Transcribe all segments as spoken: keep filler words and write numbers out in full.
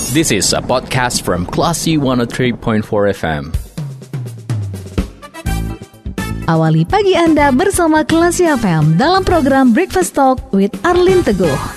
This is a podcast from Classy one oh three point four F M. Awali pagi Anda bersama Classy F M dalam program Breakfast Talk with Arlin Teguh.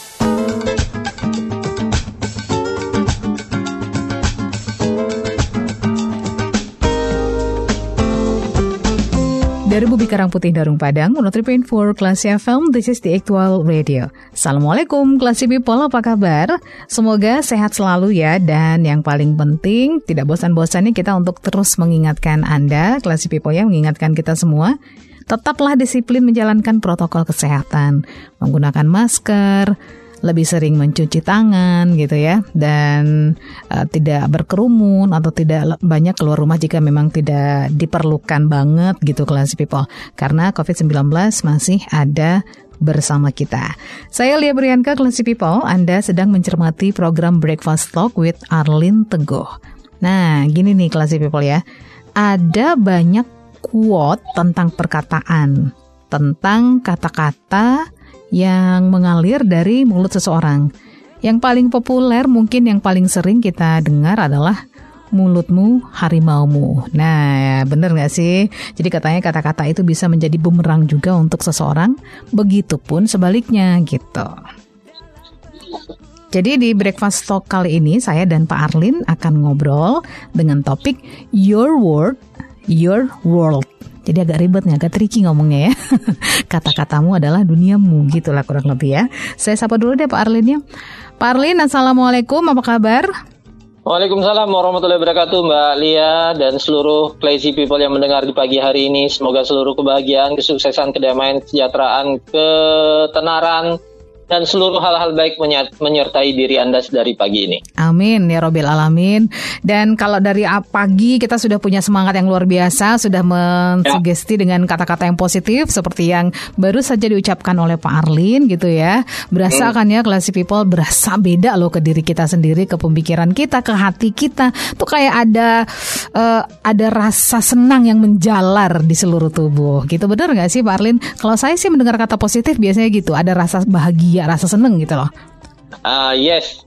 Dari Bumi Karang Putih Darung Padang, one oh three point four Classy F M, this is the actual radio. Assalamualaikum Classy People, apa kabar? Semoga sehat selalu ya, dan yang paling penting, tidak bosan-bosannya kita untuk terus mengingatkan Anda, Classy People ya, mengingatkan kita semua, tetaplah disiplin menjalankan protokol kesehatan, menggunakan masker, lebih sering mencuci tangan gitu ya, dan uh, tidak berkerumun atau tidak banyak keluar rumah jika memang tidak diperlukan banget gitu Classy People, karena covid sembilan belas masih ada bersama kita. Saya Lia Brianka, Classy People. Anda sedang mencermati program Breakfast Talk with Arlin Teguh. Nah gini nih Classy People ya, ada banyak quote tentang perkataan, tentang kata-kata yang mengalir dari mulut seseorang. Yang paling populer, mungkin yang paling sering kita dengar adalah mulutmu harimaumu. Nah, bener gak sih? Jadi katanya kata-kata itu bisa menjadi bumerang juga untuk seseorang, begitupun sebaliknya gitu. Jadi di Breakfast Talk kali ini, saya dan Pak Arlin akan ngobrol dengan topik Your Word, Your World. Jadi agak ribet nih, agak tricky ngomongnya ya. Kata-katamu adalah duniamu, gitulah kurang lebih ya. Saya sapa dulu deh Pak Arlin ya. Pak Arlin, Assalamualaikum, apa kabar? Waalaikumsalam warahmatullahi wabarakatuh Mbak Lia dan seluruh Classy People yang mendengar di pagi hari ini. Semoga seluruh kebahagiaan, kesuksesan, kedamaian, kesejahteraan, ketenaran, dan seluruh hal-hal baik menyertai diri Anda dari pagi ini. Amin, ya Robbil Alamin. Dan kalau dari pagi kita sudah punya semangat yang luar biasa, sudah mensugesti ya, dengan kata-kata yang positif seperti yang baru saja diucapkan oleh Pak Arlin gitu ya. Berasa hmm. kan ya Classy People, berasa beda loh ke diri kita sendiri, ke pemikiran kita, ke hati kita. Tuh kayak ada uh, ada rasa senang yang menjalar di seluruh tubuh. Gitu, benar gak sih Pak Arlin? Kalau saya sih mendengar kata positif biasanya gitu, ada rasa bahagia, rasa seneng gitu loh. Uh, yes.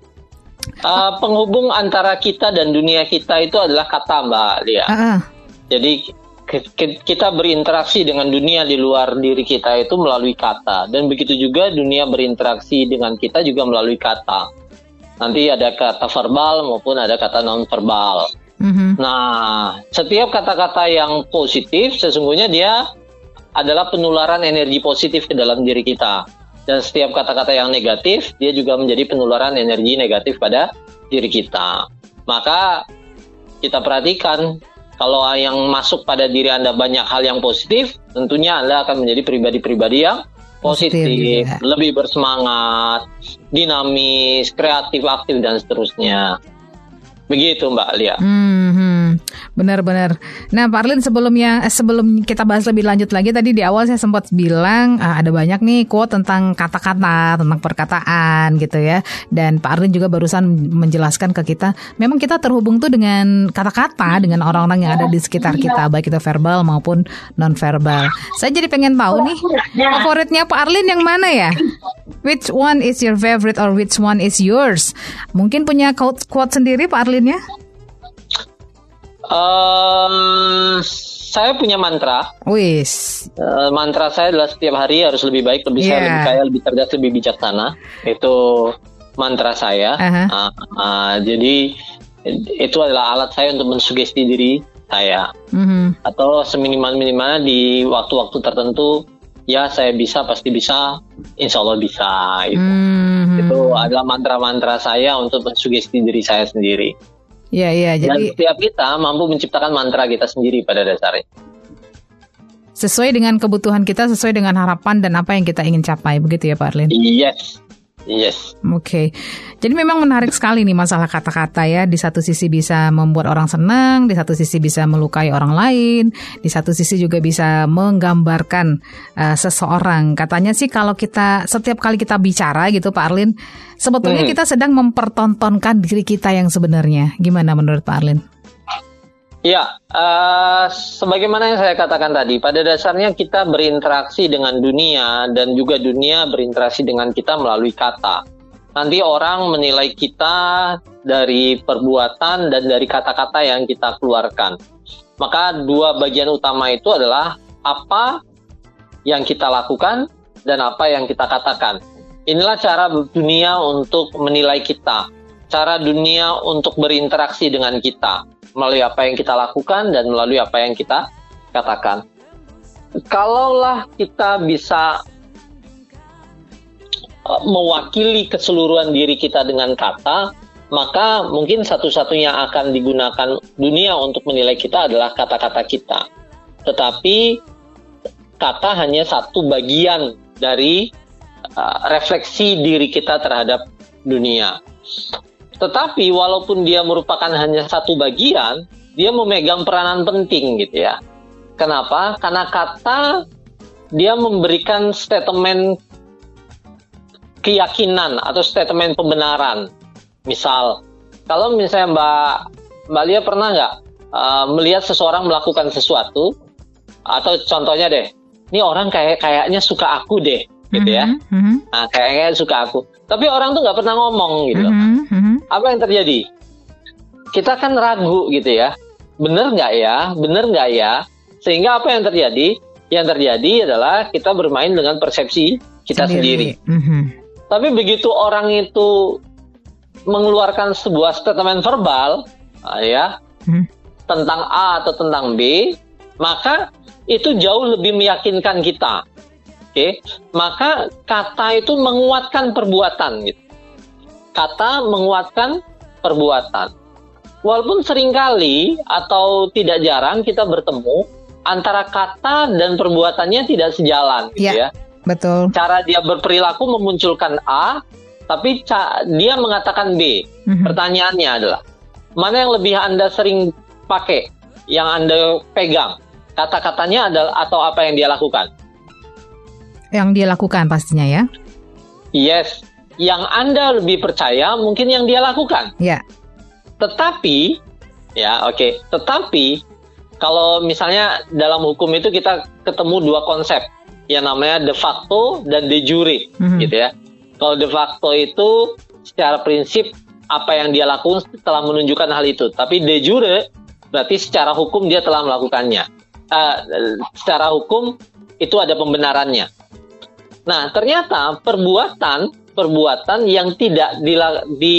Uh, penghubung antara kita dan dunia kita itu adalah kata Mbak Lia. Uh-uh. Jadi ke- ke- kita berinteraksi dengan dunia di luar diri kita itu melalui kata, dan begitu juga dunia berinteraksi dengan kita juga melalui kata. Nanti ada kata verbal maupun ada kata non verbal. Uh-huh. Nah, setiap kata-kata yang positif sesungguhnya dia adalah penularan energi positif ke dalam diri kita. Dan setiap kata-kata yang negatif, dia juga menjadi penularan energi negatif pada diri kita. Maka kita perhatikan, kalau yang masuk pada diri Anda banyak hal yang positif, tentunya Anda akan menjadi pribadi-pribadi yang positif, positif lebih bersemangat, dinamis, kreatif, aktif, dan seterusnya. Begitu Mbak Lia. Hmm, benar-benar. Nah Pak Arlin, sebelumnya eh, sebelum kita bahas lebih lanjut lagi, tadi di awal saya sempat bilang ah, ada banyak nih quote tentang kata-kata, tentang perkataan gitu ya. Dan Pak Arlin juga barusan menjelaskan ke kita, memang kita terhubung tuh dengan kata-kata, dengan orang-orang yang ada di sekitar kita, baik itu verbal maupun non-verbal. Saya jadi pengen tahu nih, favoritnya Pak Arlin yang mana ya? Which one is your favorite or which one is yours? Mungkin punya quote, quote sendiri Pak Arlin ya? Um, saya punya mantra. Wis. Uh, mantra saya adalah setiap hari harus lebih baik, lebih yeah. saya, lebih kaya, lebih cerdas, lebih bijaksana. Itu mantra saya. Uh-huh. Uh, uh, jadi itu adalah alat saya untuk mensugesti diri saya. Uh-huh. Atau seminimal-minimalnya di waktu-waktu tertentu, ya saya bisa, pasti bisa, insya Allah bisa. Gitu. Mm-hmm. Itu adalah mantra-mantra saya untuk mensugesti diri saya sendiri. Iya, iya. Jadi dan setiap kita mampu menciptakan mantra kita sendiri pada dasarnya. Sesuai dengan kebutuhan kita, sesuai dengan harapan dan apa yang kita ingin capai, begitu ya Pak Arlin? Yes. Yes. Oke. Okay. Jadi memang menarik sekali nih masalah kata-kata ya. Di satu sisi bisa membuat orang senang, di satu sisi bisa melukai orang lain, di satu sisi juga bisa menggambarkan uh, seseorang. Katanya sih kalau kita setiap kali kita bicara gitu Pak Arlin, sebetulnya hmm. kita sedang mempertontonkan diri kita yang sebenarnya. Gimana menurut Pak Arlin? Ya, uh, sebagaimana yang saya katakan tadi, pada dasarnya kita berinteraksi dengan dunia dan juga dunia berinteraksi dengan kita melalui kata. Nanti orang menilai kita dari perbuatan dan dari kata-kata yang kita keluarkan. Maka dua bagian utama itu adalah apa yang kita lakukan dan apa yang kita katakan. Inilah cara dunia untuk menilai kita. Cara dunia untuk berinteraksi dengan kita. Melalui apa yang kita lakukan dan melalui apa yang kita katakan. Kalaulah kita bisa mewakili keseluruhan diri kita dengan kata, maka mungkin satu-satunya akan digunakan dunia untuk menilai kita adalah kata-kata kita. Tetapi kata hanya satu bagian dari uh, refleksi diri kita terhadap dunia. Tetapi walaupun dia merupakan hanya satu bagian, dia memegang peranan penting gitu ya. Kenapa? Karena kata dia memberikan statement keyakinan atau statement pembenaran. Misal, kalau misalnya Mbak Mbak Lia pernah nggak uh, melihat seseorang melakukan sesuatu, atau contohnya deh, ini orang kayak kayaknya suka aku deh, gitu ya. Mm-hmm. Nah, kayaknya suka aku. Tapi orang tuh nggak pernah ngomong gitu. Mm-hmm. Apa yang terjadi? Kita kan ragu gitu ya. Bener nggak ya? Bener nggak ya? Sehingga apa yang terjadi? Yang terjadi adalah kita bermain dengan persepsi kita sendiri. sendiri. Mm-hmm. Tapi begitu orang itu mengeluarkan sebuah statement verbal, ya, hmm. tentang A atau tentang B, maka itu jauh lebih meyakinkan kita. Oke, okay? Maka kata itu menguatkan perbuatan. Gitu. Kata menguatkan perbuatan. Walaupun seringkali atau tidak jarang kita bertemu antara kata dan perbuatannya tidak sejalan, gitu ya. ya. Betul. Cara dia berperilaku memunculkan A, tapi ca- dia mengatakan B. Mm-hmm. Pertanyaannya adalah, mana yang lebih Anda sering pakai, yang Anda pegang? Kata-katanya adalah atau apa yang dia lakukan? Yang dia lakukan pastinya ya. Yes. Yang Anda lebih percaya mungkin yang dia lakukan. Ya. Yeah. Tetapi, ya oke. Okay. Tetapi, kalau misalnya dalam hukum itu kita ketemu dua konsep. Yang namanya de facto dan de jure, mm-hmm. gitu ya. Kalau de facto itu secara prinsip apa yang dia lakukan telah menunjukkan hal itu. Tapi de jure berarti secara hukum dia telah melakukannya. Uh, secara hukum itu ada pembenarannya. Nah, ternyata perbuatan perbuatan yang tidak di, di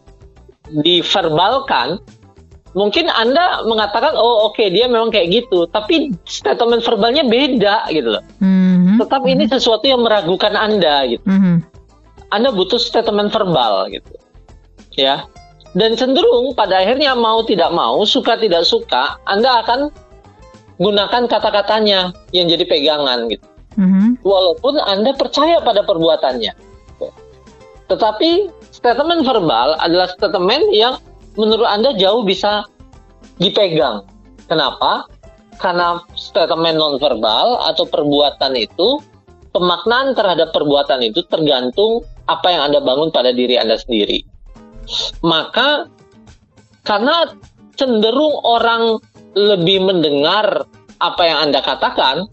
diverbalkan, mungkin Anda mengatakan, oh oke okay, dia memang kayak gitu, tapi statement verbalnya beda gitu loh. Mm-hmm. Tetap mm-hmm. ini sesuatu yang meragukan Anda gitu. Mm-hmm. Anda butuh statement verbal gitu. Ya. Dan cenderung pada akhirnya mau tidak mau, suka tidak suka, Anda akan gunakan kata-katanya yang jadi pegangan gitu. Mm-hmm. Walaupun Anda percaya pada perbuatannya. Tetapi statement verbal adalah statement yang menurut Anda jauh bisa dipegang. Kenapa? Karena statement nonverbal atau perbuatan itu, pemaknaan terhadap perbuatan itu tergantung apa yang Anda bangun pada diri Anda sendiri. Maka, karena cenderung orang lebih mendengar apa yang Anda katakan,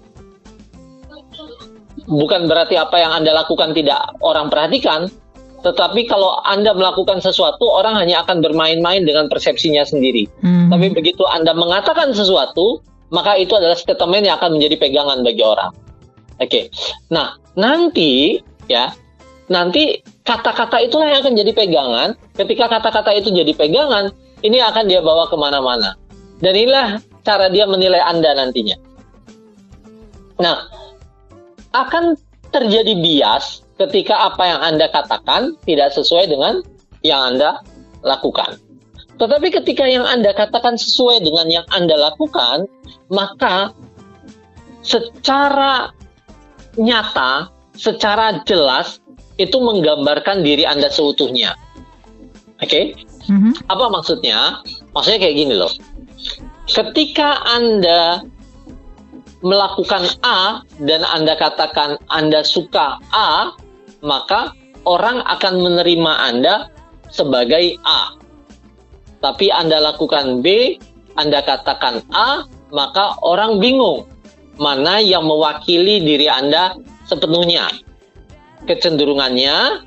bukan berarti apa yang Anda lakukan tidak orang perhatikan, tetapi kalau Anda melakukan sesuatu, orang hanya akan bermain-main dengan persepsinya sendiri. Mm-hmm. Tapi begitu Anda mengatakan sesuatu, maka itu adalah statement yang akan menjadi pegangan bagi orang. Oke. Okay. Nah, nanti ya, nanti kata-kata itulah yang akan jadi pegangan. Ketika kata-kata itu jadi pegangan, ini akan dia bawa kemana-mana. Dan inilah cara dia menilai Anda nantinya. Nah, akan terjadi bias ketika apa yang Anda katakan tidak sesuai dengan yang Anda lakukan. Tetapi ketika yang Anda katakan sesuai dengan yang Anda lakukan, maka secara nyata, secara jelas, itu menggambarkan diri Anda seutuhnya. Oke? Okay? Mm-hmm. Apa maksudnya? Maksudnya kayak gini loh. Ketika Anda melakukan A dan Anda katakan Anda suka A, maka orang akan menerima Anda sebagai A. Tapi Anda lakukan B, Anda katakan A, maka orang bingung mana yang mewakili diri Anda sepenuhnya. Kecenderungannya,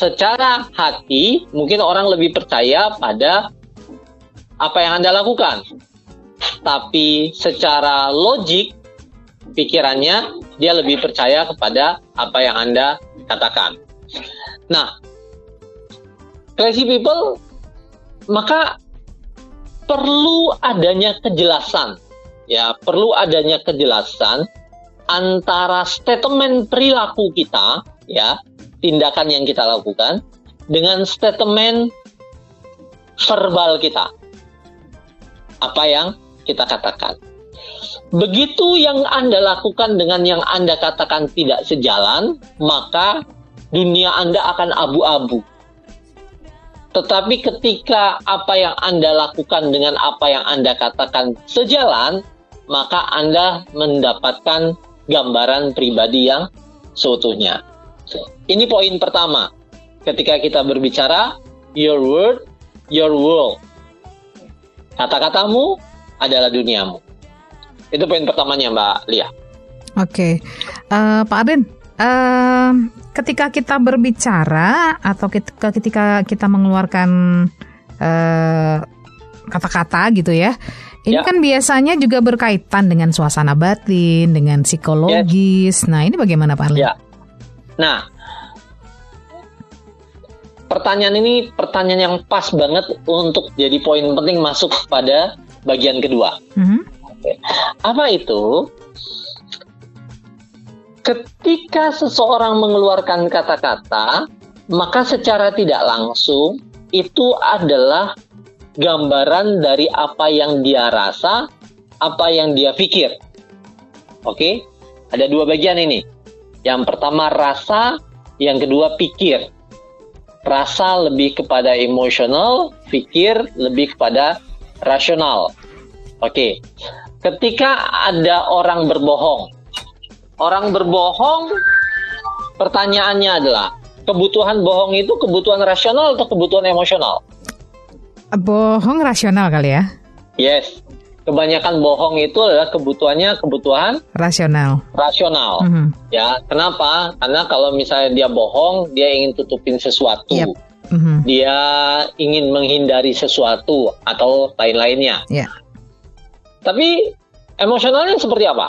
secara hati mungkin orang lebih percaya pada apa yang Anda lakukan. Tapi secara logik, pikirannya dia lebih percaya kepada apa yang Anda katakan. Nah, crazy people, maka perlu adanya kejelasan, ya, perlu adanya kejelasan antara statement perilaku kita, ya, tindakan yang kita lakukan, dengan statement verbal kita, apa yang kita katakan. Begitu yang Anda lakukan dengan yang Anda katakan tidak sejalan, maka dunia Anda akan abu-abu. Tetapi ketika apa yang Anda lakukan dengan apa yang Anda katakan sejalan, maka Anda mendapatkan gambaran pribadi yang seutuhnya. Ini poin pertama. Ketika kita berbicara, your word, your world. Kata-katamu adalah duniamu. Itu poin pertamanya, Mbak Lia. Oke, okay. uh, Pak Arden, uh, ketika kita berbicara atau ketika, ketika kita mengeluarkan uh, kata-kata gitu ya, ini ya. Kan biasanya juga berkaitan dengan suasana batin, dengan psikologis. Yes. Nah, ini bagaimana Pak Arden? Ya. Nah, pertanyaan ini pertanyaan yang pas banget untuk jadi poin penting masuk pada bagian kedua. Mm-hmm. Oke. Apa itu? Ketika seseorang mengeluarkan kata-kata, maka secara tidak langsung itu adalah gambaran dari apa yang dia rasa, apa yang dia pikir. Oke? Ada dua bagian ini. Yang pertama rasa, yang kedua pikir. Rasa lebih kepada emosional, pikir lebih kepada rasional. Oke. Ketika ada orang berbohong, orang berbohong, pertanyaannya adalah, kebutuhan bohong itu kebutuhan rasional atau kebutuhan emosional? Bohong rasional kali ya? Yes. Kebanyakan bohong itu adalah kebutuhannya kebutuhan rasional. Rasional. Mm-hmm. Ya, kenapa? Karena kalau misalnya dia bohong, dia ingin tutupin sesuatu. Yep. Mm-hmm. Dia ingin menghindari sesuatu atau lain-lainnya. Yeah. Tapi emosionalnya seperti apa?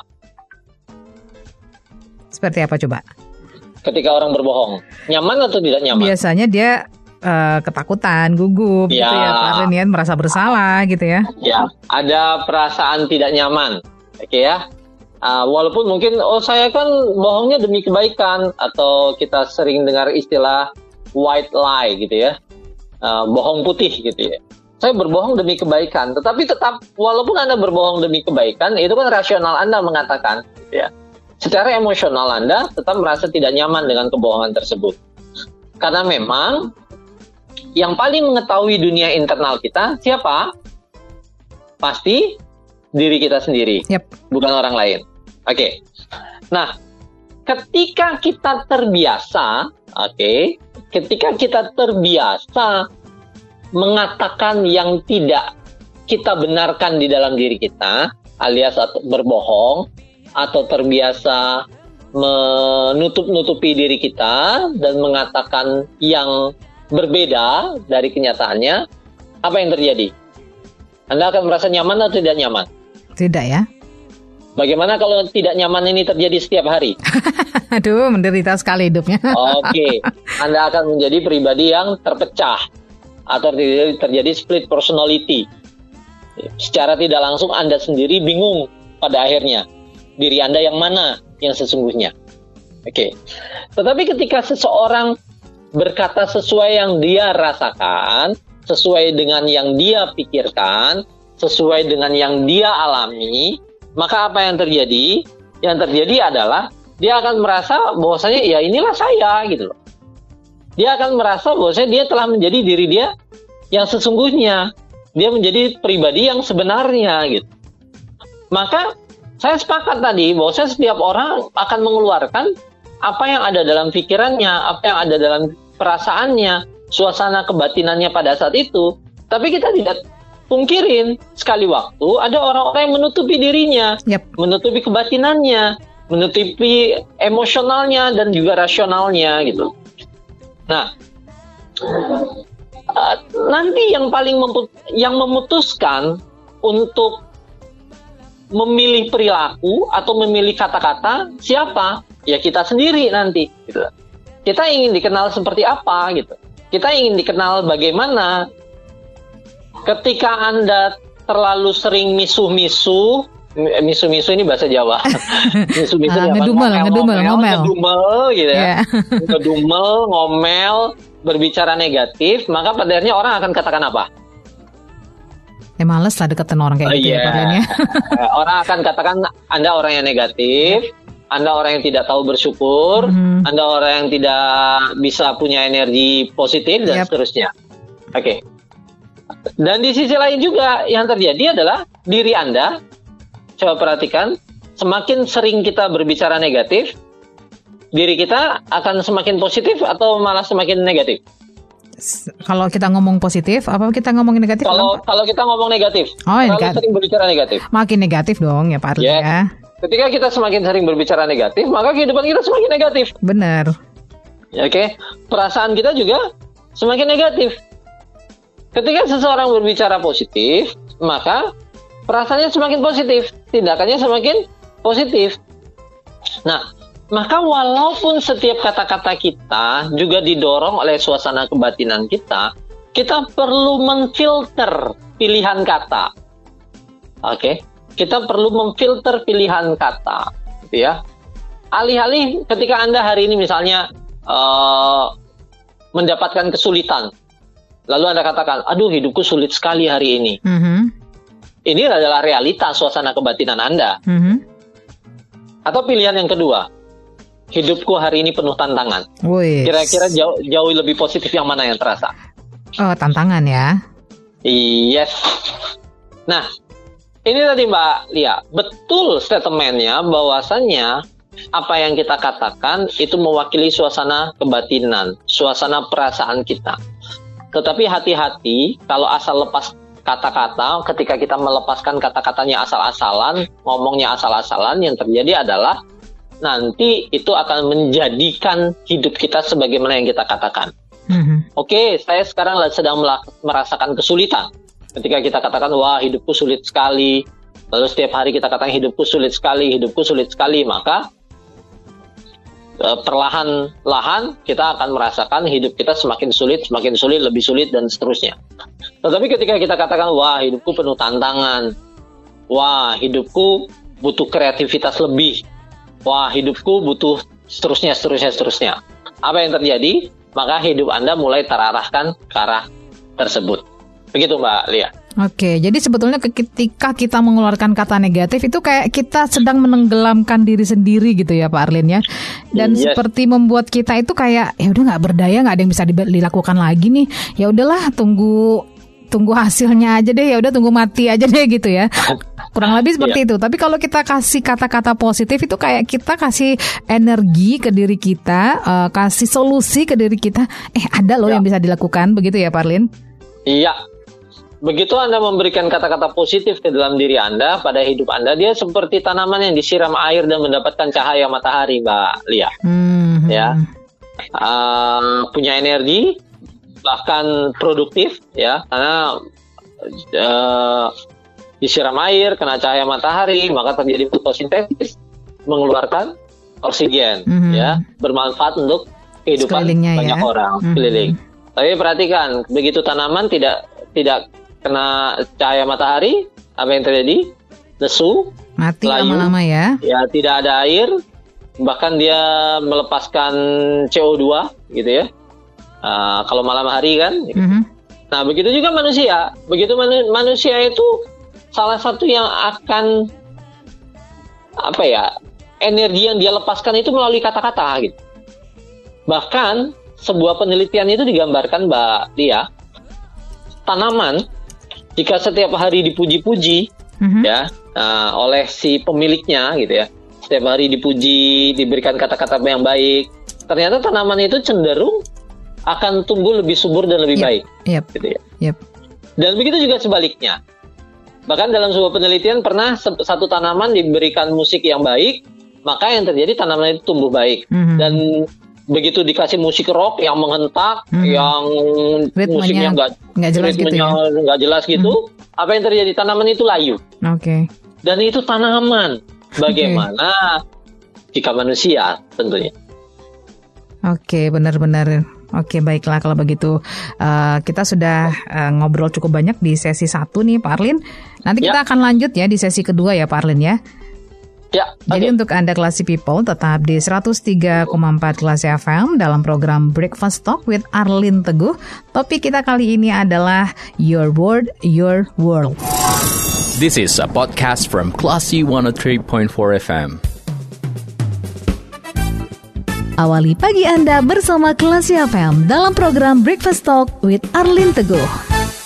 Seperti apa coba? Ketika orang berbohong, nyaman atau tidak nyaman? Biasanya dia uh, ketakutan, gugup, ya. Gitu ya, Pak Arden, merasa bersalah, gitu ya? Ya, ada perasaan tidak nyaman, oke okay, ya. Uh, walaupun mungkin, oh saya kan bohongnya demi kebaikan, atau kita sering dengar istilah white lie, gitu ya, uh, bohong putih, gitu ya. Saya berbohong demi kebaikan, tetapi tetap walaupun Anda berbohong demi kebaikan, itu kan rasional Anda mengatakan, gitu ya. Secara emosional Anda tetap merasa tidak nyaman dengan kebohongan tersebut. Karena memang yang paling mengetahui dunia internal kita siapa? Pasti diri kita sendiri, yep. Bukan orang lain. Oke. Okay. Nah, ketika kita terbiasa, oke, okay, ketika kita terbiasa mengatakan yang tidak kita benarkan di dalam diri kita, alias berbohong, atau terbiasa menutup-nutupi diri kita dan mengatakan yang berbeda dari kenyataannya, apa yang terjadi? Anda akan merasa nyaman atau tidak nyaman? Tidak ya. Bagaimana kalau tidak nyaman ini terjadi setiap hari? Aduh, menderita sekali hidupnya. Oke, Anda akan menjadi pribadi yang terpecah atau terjadi split personality. Secara tidak langsung Anda sendiri bingung pada akhirnya. Diri Anda yang mana yang sesungguhnya. Oke. Tetapi ketika seseorang berkata sesuai yang dia rasakan, sesuai dengan yang dia pikirkan, sesuai dengan yang dia alami, maka apa yang terjadi? Yang terjadi adalah dia akan merasa bahwasanya ya inilah saya gitu loh. Dia akan merasa bahwasanya dia telah menjadi diri dia yang sesungguhnya. Dia menjadi pribadi yang sebenarnya gitu. Maka saya sepakat tadi bahwasanya setiap orang akan mengeluarkan apa yang ada dalam pikirannya, apa yang ada dalam perasaannya, suasana kebatinannya pada saat itu. Tapi kita tidak pungkirin sekali waktu ada orang-orang yang menutupi dirinya, yep. menutupi kebatinannya, menutupi emosionalnya dan juga rasionalnya gitu. Nah, uh, nanti yang paling memput- yang memutuskan untuk memilih perilaku atau memilih kata-kata siapa? Ya kita sendiri nanti. Gitu. Kita ingin dikenal seperti apa gitu. Kita ingin dikenal bagaimana. Ketika Anda terlalu sering misuh-misuh, misuh-misuh ini bahasa Jawa. Misuh-misuh uh, ngedumel, ngedumel, ngomel, ngedumel gitu ya. Yeah. Ngedumel, ngomel, berbicara negatif, maka pada akhirnya orang akan katakan apa? Eh males lah deketin orang kayak oh, gitu yeah. ya Pak Arlin ya. Orang akan katakan Anda orang yang negatif, Anda orang yang tidak tahu bersyukur, mm-hmm. Anda orang yang tidak bisa punya energi positif dan yep. seterusnya. Oke. Okay. Dan di sisi lain juga yang terjadi adalah diri Anda, coba perhatikan, semakin sering kita berbicara negatif, diri kita akan semakin positif atau malah semakin negatif? Kalau kita ngomong positif, apa kita ngomongin negatif? Kalau kan? Kalau kita ngomong negatif, oh, terlalu negatif. sering berbicara negatif. Makin negatif dong ya Pak Arlin yes. ya. Ketika kita semakin sering berbicara negatif, maka kehidupan kita semakin negatif. Benar. Oke, okay? Perasaan kita juga semakin negatif. Ketika seseorang berbicara positif, maka perasaannya semakin positif, tindakannya semakin positif. Nah, maka walaupun setiap kata-kata kita juga didorong oleh suasana kebatinan kita, kita perlu menfilter pilihan kata. Oke, okay? Kita perlu memfilter pilihan kata, gitu ya. Alih-alih ketika Anda hari ini misalnya uh, mendapatkan kesulitan, lalu Anda katakan, aduh hidupku sulit sekali hari ini. Mm-hmm. Ini adalah realita suasana kebatinan Anda. Mm-hmm. Atau pilihan yang kedua, hidupku hari ini penuh tantangan. Wih. Kira-kira jauh, jauh lebih positif yang mana yang terasa? Oh, tantangan ya. Yes. Nah, ini tadi Mbak Lia, betul statementnya bahwasannya apa yang kita katakan itu mewakili suasana kebatinan, suasana perasaan kita. Tetapi hati-hati kalau asal lepas kata-kata, ketika kita melepaskan kata-katanya asal-asalan, ngomongnya asal-asalan, yang terjadi adalah nanti itu akan menjadikan hidup kita sebagaimana yang kita katakan. Mm-hmm. Oke, okay, saya sekarang sedang merasakan kesulitan. Ketika kita katakan, wah hidupku sulit sekali, lalu setiap hari kita katakan hidupku sulit sekali, hidupku sulit sekali, maka perlahan-lahan kita akan merasakan hidup kita semakin sulit, semakin sulit, lebih sulit, dan seterusnya. Tetapi ketika kita katakan, wah hidupku penuh tantangan, wah hidupku butuh kreativitas lebih, wah hidupku butuh seterusnya, seterusnya, seterusnya. Apa yang terjadi? Maka hidup Anda mulai terarahkan ke arah tersebut. Begitu Mbak Lia. Oke, jadi sebetulnya ketika kita mengeluarkan kata negatif itu kayak kita sedang menenggelamkan diri sendiri gitu ya Pak Arlin ya. Dan yes. seperti membuat kita itu kayak ya udah nggak berdaya, nggak ada yang bisa dilakukan lagi nih. Ya udahlah tunggu tunggu hasilnya aja deh, ya udah tunggu mati aja deh gitu ya. Kurang lebih seperti yeah. itu. Tapi kalau kita kasih kata-kata positif itu kayak kita kasih energi ke diri kita, uh, kasih solusi ke diri kita. Eh ada loh yeah. yang bisa dilakukan, begitu ya Pak Arlin? Iya. Begitu Anda memberikan kata-kata positif ke dalam diri Anda, pada hidup Anda, dia seperti tanaman yang disiram air dan mendapatkan cahaya matahari, Mbak Lia. Mm-hmm. Ya, uh, punya energi, bahkan produktif, ya, karena uh, disiram air, kena cahaya matahari, maka terjadi fotosintesis, mengeluarkan oksigen, mm-hmm. ya, bermanfaat untuk kehidupan banyak ya. orang mm-hmm. keliling. Tapi perhatikan, begitu tanaman tidak tidak kena cahaya matahari, apa yang terjadi? Lesu, mati layu, lama-lama ya. Ya, tidak ada air, bahkan dia melepaskan C O dua gitu ya. Uh, kalau malam hari kan. Mm-hmm. Nah, begitu juga manusia. Begitu manu- manusia itu salah satu yang akan apa ya? Energi yang dia lepaskan itu melalui kata-kata gitu. Bahkan sebuah penelitian itu digambarkan Mbak Lia, tanaman jika setiap hari dipuji-puji mm-hmm. ya uh, oleh si pemiliknya gitu ya, setiap hari dipuji, diberikan kata-kata yang baik, ternyata tanaman itu cenderung akan tumbuh lebih subur dan lebih yep. baik, yep. gitu ya. Yep. Dan begitu juga sebaliknya. Bahkan dalam sebuah penelitian pernah satu tanaman diberikan musik yang baik, maka yang terjadi tanaman itu tumbuh baik. Mm-hmm. Dan begitu dikasih musik rock yang menghentak, hmm. yang ritmenya musiknya nggak jelas gitu ya? nggak jelas gitu, hmm. apa yang terjadi? Tanaman itu layu. Oke. Okay. Dan itu tanaman. Bagaimana okay. jika manusia tentunya? Oke, okay, benar-benar. Oke, okay, baiklah kalau begitu. Uh, kita sudah uh, ngobrol cukup banyak di sesi satu nih, Pak Arlin. Nanti ya. kita akan lanjut ya di sesi kedua ya, Pak Arlin ya. Ya, Jadi okay. untuk Anda Classy People tetap di seratus tiga koma empat Classy F M dalam program Breakfast Talk with Arlin Teguh. Topik kita kali ini adalah Your Word, Your World. This is a podcast from Classy seratus tiga koma empat F M. Awali pagi Anda bersama Classy F M dalam program Breakfast Talk with Arlin Teguh.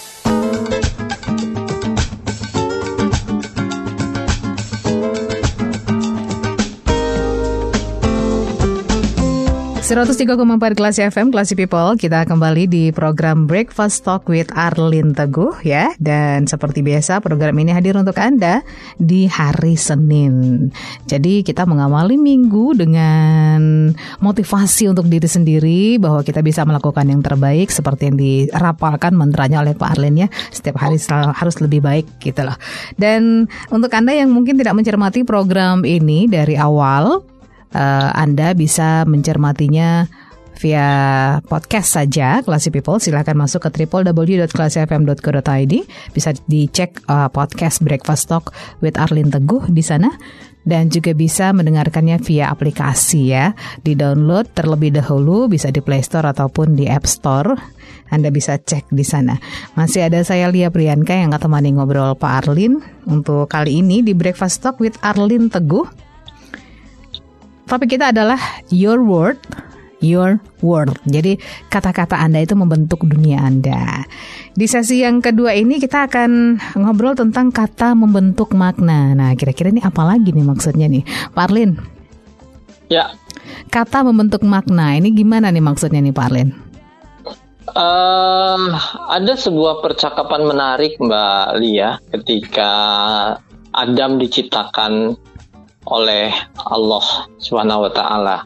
seratus tiga koma empat Classy F M, Classy People, kita kembali di program Breakfast Talk with Arlin Teguh ya. Dan seperti biasa program ini hadir untuk Anda di hari Senin. Jadi kita mengawali minggu dengan motivasi untuk diri sendiri bahwa kita bisa melakukan yang terbaik seperti yang dirapalkan mantranya oleh Pak Arlin ya. Setiap hari harus lebih baik gitu loh. Dan untuk Anda yang mungkin tidak mencermati program ini dari awal, Uh, Anda bisa mencermatinya via podcast saja, Classy People. Silakan masuk ke w w w dot classy f m dot co dot i d. Bisa dicek uh, podcast Breakfast Talk with Arlin Teguh di sana. Dan juga bisa mendengarkannya via aplikasi ya. Di-download terlebih dahulu, bisa di Play Store ataupun di App Store. Anda bisa cek di sana. Masih ada saya Lia Priyanka yang akan temani ngobrol Pak Arlin untuk kali ini di Breakfast Talk with Arlin Teguh. Topik kita adalah Your Word, Your World. Jadi kata-kata Anda itu membentuk dunia Anda. Di sesi yang kedua ini kita akan ngobrol tentang kata membentuk makna. Nah, kira-kira ini apa lagi nih maksudnya nih, Pak Arlin? Ya. Kata membentuk makna, ini gimana nih maksudnya nih, Pak Arlin? Um, ada sebuah percakapan menarik, Mbak Lia, ketika Adam diciptakan oleh Allah Subhanahu wa Ta'ala.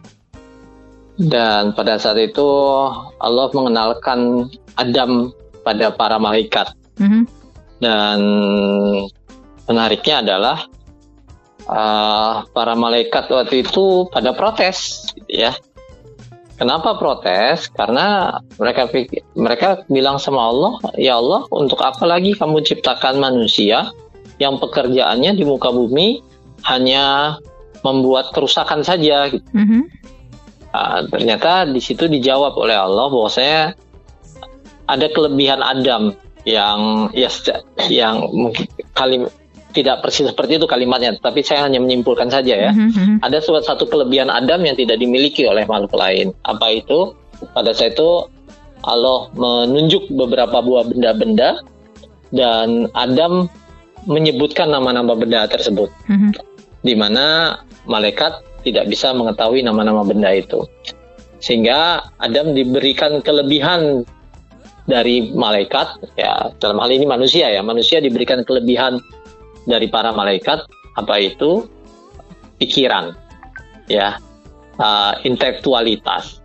Dan pada saat itu Allah mengenalkan Adam pada para malaikat. Mm-hmm. Dan menariknya adalah uh, para malaikat waktu itu pada protes, ya. Kenapa protes? Karena mereka mereka bilang sama Allah, ya Allah, untuk apa lagi kamu ciptakan manusia yang pekerjaannya di muka bumi hanya membuat kerusakan saja. Gitu. Mm-hmm. Nah, ternyata di situ dijawab oleh Allah bahwasanya ada kelebihan Adam yang ya yang mungkin kalim tidak persis seperti itu kalimatnya, tapi saya hanya menyimpulkan saja ya. Mm-hmm. Ada suatu satu kelebihan Adam yang tidak dimiliki oleh makhluk lain. Apa itu? Pada saat itu Allah menunjuk beberapa buah benda-benda dan Adam menyebutkan nama-nama benda tersebut. Mm-hmm. Di mana malaikat tidak bisa mengetahui nama-nama benda itu. Sehingga Adam diberikan kelebihan dari malaikat, ya dalam hal ini manusia ya, manusia diberikan kelebihan dari para malaikat, apa itu? Pikiran, ya, uh, intelektualitas,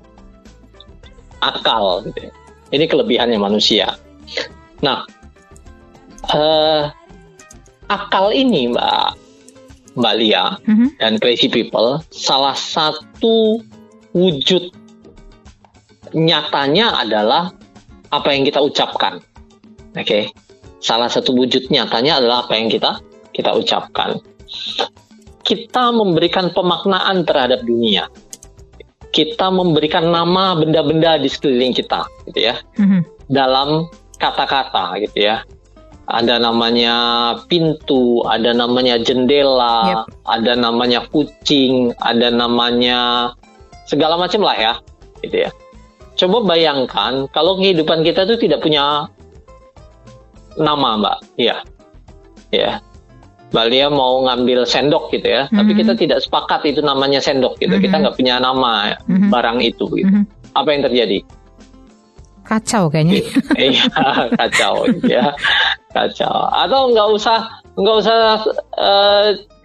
akal. Gitu. Ini kelebihannya manusia. Nah, uh, akal ini, Mbak Mbak Lia mm-hmm. dan Crazy People, salah satu wujud nyatanya adalah apa yang kita ucapkan. Oke, okay? Salah satu wujud nyatanya adalah apa yang kita kita ucapkan. Kita memberikan pemaknaan terhadap dunia. Kita memberikan nama benda-benda di sekeliling kita, gitu ya, mm-hmm. dalam kata-kata, gitu ya. Ada namanya pintu, ada namanya jendela, yep. ada namanya kucing, ada namanya segala macam lah ya, gitu ya. Coba bayangkan kalau kehidupan kita itu tidak punya nama, Mbak. Iya, ya. Mbak Lia mau ngambil sendok gitu ya, mm-hmm. tapi kita tidak sepakat itu namanya sendok gitu. Mm-hmm. Kita nggak punya nama mm-hmm. barang itu. Gitu. Mm-hmm. Apa yang terjadi? Kacau kayaknya. Iya, kacau ya. Kacau. Atau nggak usah nggak usah uh,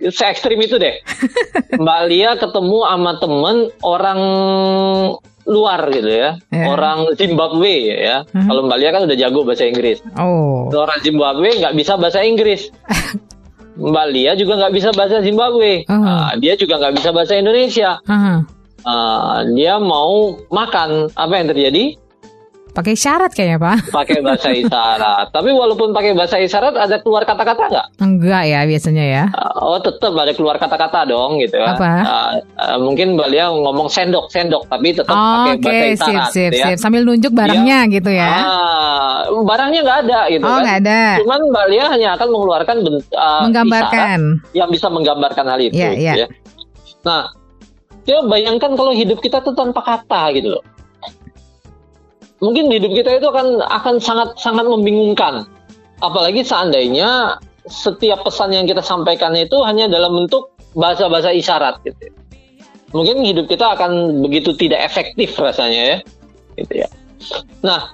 se-ekstrim itu deh. Mbak Lia ketemu sama temen orang luar gitu ya, yeah. orang Zimbabwe ya. Uh-huh. Kalau Mbak Lia kan udah jago bahasa Inggris. Oh. Orang Zimbabwe nggak bisa bahasa Inggris. Mbak Lia juga nggak bisa bahasa Zimbabwe. Uh-huh. Nah, dia juga nggak bisa bahasa Indonesia. Uh-huh. Uh, dia mau makan, apa yang terjadi? Pakai isyarat kayaknya, Pak. Pakai bahasa isyarat. Tapi walaupun pakai bahasa isyarat, ada keluar kata-kata nggak? Enggak ya, biasanya ya. Uh, oh, tetap ada keluar kata-kata dong, gitu ya. Apa? Uh, uh, mungkin Mbak Lia ngomong sendok, sendok, tapi tetap oh, pakai okay. bahasa isyarat. Sip, sip, ya. sip. Sambil nunjuk barangnya ya. Gitu ya. Uh, barangnya nggak ada, gitu oh, kan. nggak ada. Cuman Mbak Lia hanya akan mengeluarkan uh, menggambarkan yang bisa menggambarkan hal itu. Yeah, yeah. Ya. Nah, ya bayangkan kalau hidup kita tuh tanpa kata, gitu loh. Mungkin hidup kita itu akan akan sangat sangat membingungkan, apalagi seandainya setiap pesan yang kita sampaikan itu hanya dalam bentuk bahasa-bahasa isyarat gitu. Mungkin hidup kita akan begitu tidak efektif rasanya ya, gitu ya. Nah,